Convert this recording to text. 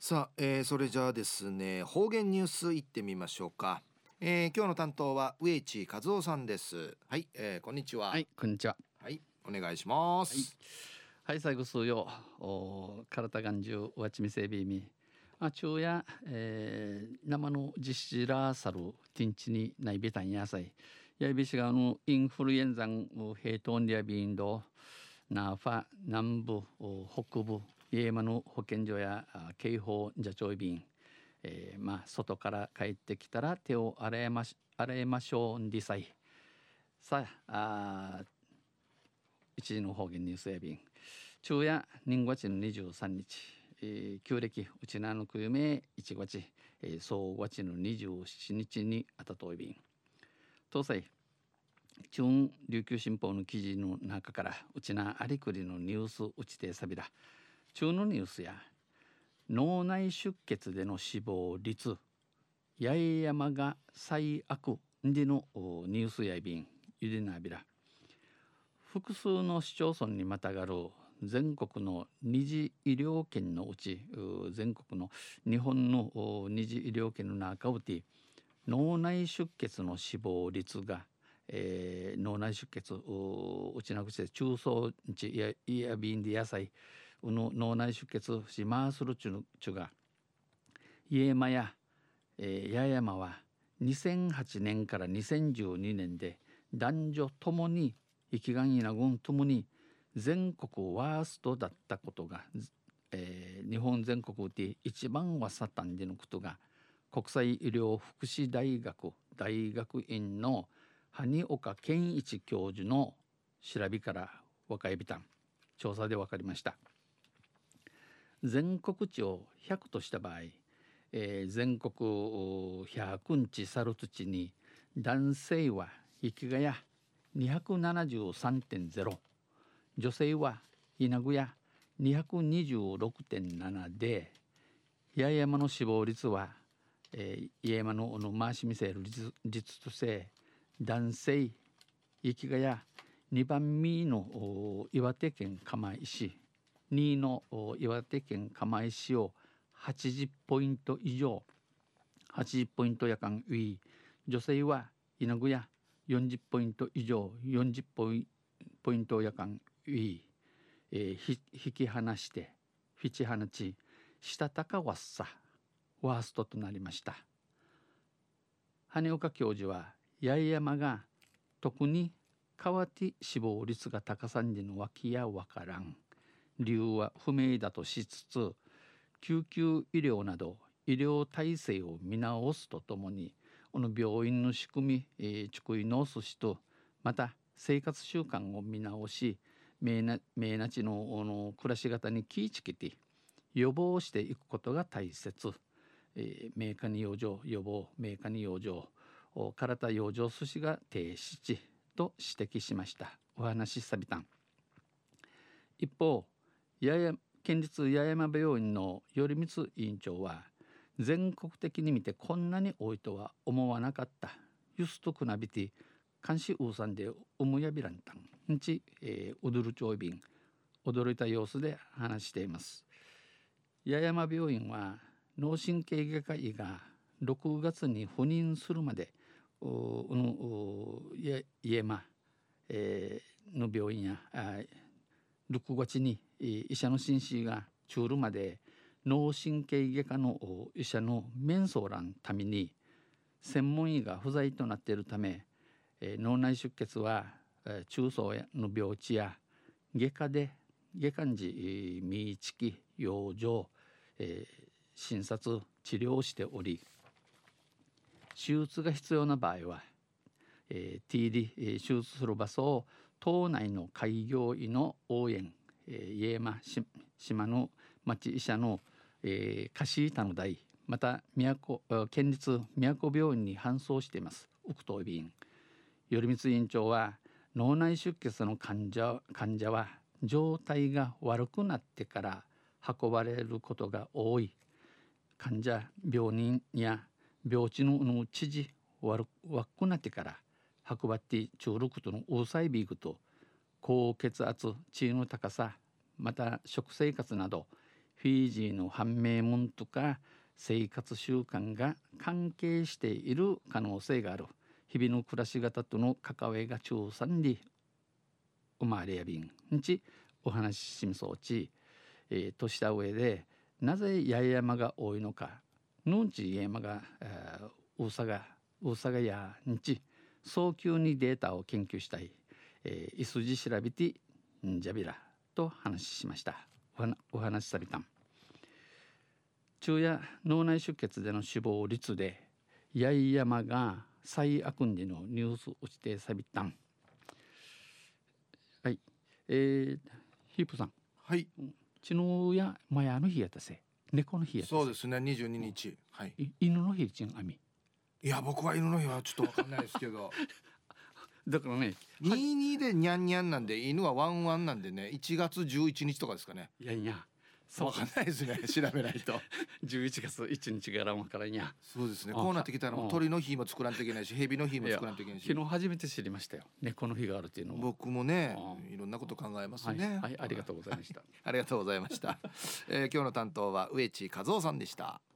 さあ、それじゃあですね、方言ニュースいってみましょうか。今日の担当は植地和夫さんです。はい、こんにちは。 はい、こんにちは。 はい、お願いしまはい、 す。 はい、最後数曜、体がんじゅう、わちみせびみ。昼夜、生の実施ラーサル、ティンチにないべたんやさい。やいびしがインフルエンザン、ヘイトンリアビンド、ナーファ、南部、北部、イエマの保健所や警報、ジャチョイビン。外から帰ってきたら手を洗いましょうんでさい。さあ、一時の方言ニュースやびん。昼夜人月の23日、旧暦うちなのくゆめ1月、総月の27日にあたといびん。東西中琉球新報の記事の中からうちなありくりのニュースうちてさびら中のニュースや脳内出血での死亡率八重山が最悪でのニュースやびんゆでなびら複数の市町村にまたがる全国の二次医療圏のうち全国の日本の二次医療圏の中うち脳内出血の死亡率が、脳内出血うちなくして中層値やビンで野菜の脳内出血しまするちゅが家山や、八重山は2008年から2012年で男女ともに生きがんいな軍ともに全国ワーストだったことが、日本全国で一番はサタンでのことが国際医療福祉大学大学院の羽岡健一教授の調べから若いびたん調査で分かりました。全国値を100とした場合、全国100日サルト地に男性は生きがや273.0、女性は稲具や226.7で、八重山の死亡率は、八重山の回し見せる率として男性生きがや2番目の岩手県釜石2位の岩手県釜石を80ポイント以上80ポイントやかんウィ女性は稲具や40ポイント以上40ポイントやかんウィ、引き離してフィチハナチしたたかわっさワーストとなりました。羽岡教授は八重山が特に川手死亡率が高さんじの脇やわからん理由は不明だとしつつ救急医療など医療体制を見直すとともにこの病院の仕組み、逐位直す人また生活習慣を見直し命なちの暮らし方に気ぃつけて予防していくことが大切、メーカーに養生予防メーカーに養生体養生寿司が停止地と指摘しました。お話しさびたん。一方県立八重山病院の頼光委員長は全国的に見てこんなに多いとは思わなかったユスとくなびて監視ウーさんでやびらんたんんち、踊るちょいびん驚いた様子で話しています。八重山病院は脳神経外科医が6月に赴任するまで家山、の病院や6月に医者の紳士が中るまで脳神経外科の医者の面相覧ために専門医が不在となっているため、脳内出血は中層の病地や外科で外患時未知期養生、診察治療をしており手術が必要な場合は、TD、手術する場所を島内の開業医の応援、家山島の町医者の、貸板の代また県立宮古病院に搬送しています。奥東便頼光委員長は脳内出血の患者は状態が悪くなってから運ばれることが多い。患者病人や病地の知事悪くなってから運ばって中ることの抑えビーグと高血圧血の高さまた食生活などフィジーの判明門とか生活習慣が関係している可能性がある。日々の暮らし方との関わりが中産に生まれやびんんちお話ししみそうち、とした上でなぜ八重山が多いのかのんち八重山が大阪やんち早急にデータを研究したい、いすじ調べてんじゃびらと話しました。お話しさびたん昼夜脳内出血での死亡率で八重山が最悪にのニュースをしてさびたん。はい、ヒープさん、 はい、 ちのやまやの日やったせ猫の日やったせ。 そうですね、22日、はい、 犬の日ちんあみ。 いや僕は犬の日はちょっと分かんないですけどだからね 22でニャンニャンなんで犬はワンワンなんでね、1月11日とかですかね。 いやいや分かんないですね調べないと 11月1日からわからんや。 そうですね、こうなってきたらもう鳥の日も作らんといけないし、蛇の日も作らんといけないし。 昨日初めて知りましたよ、猫の日があるっていうのを。 僕もねいろんなこと考えますね。 はい、はい、ありがとうございましたありがとうございました、今日の担当は植地和夫さんでした。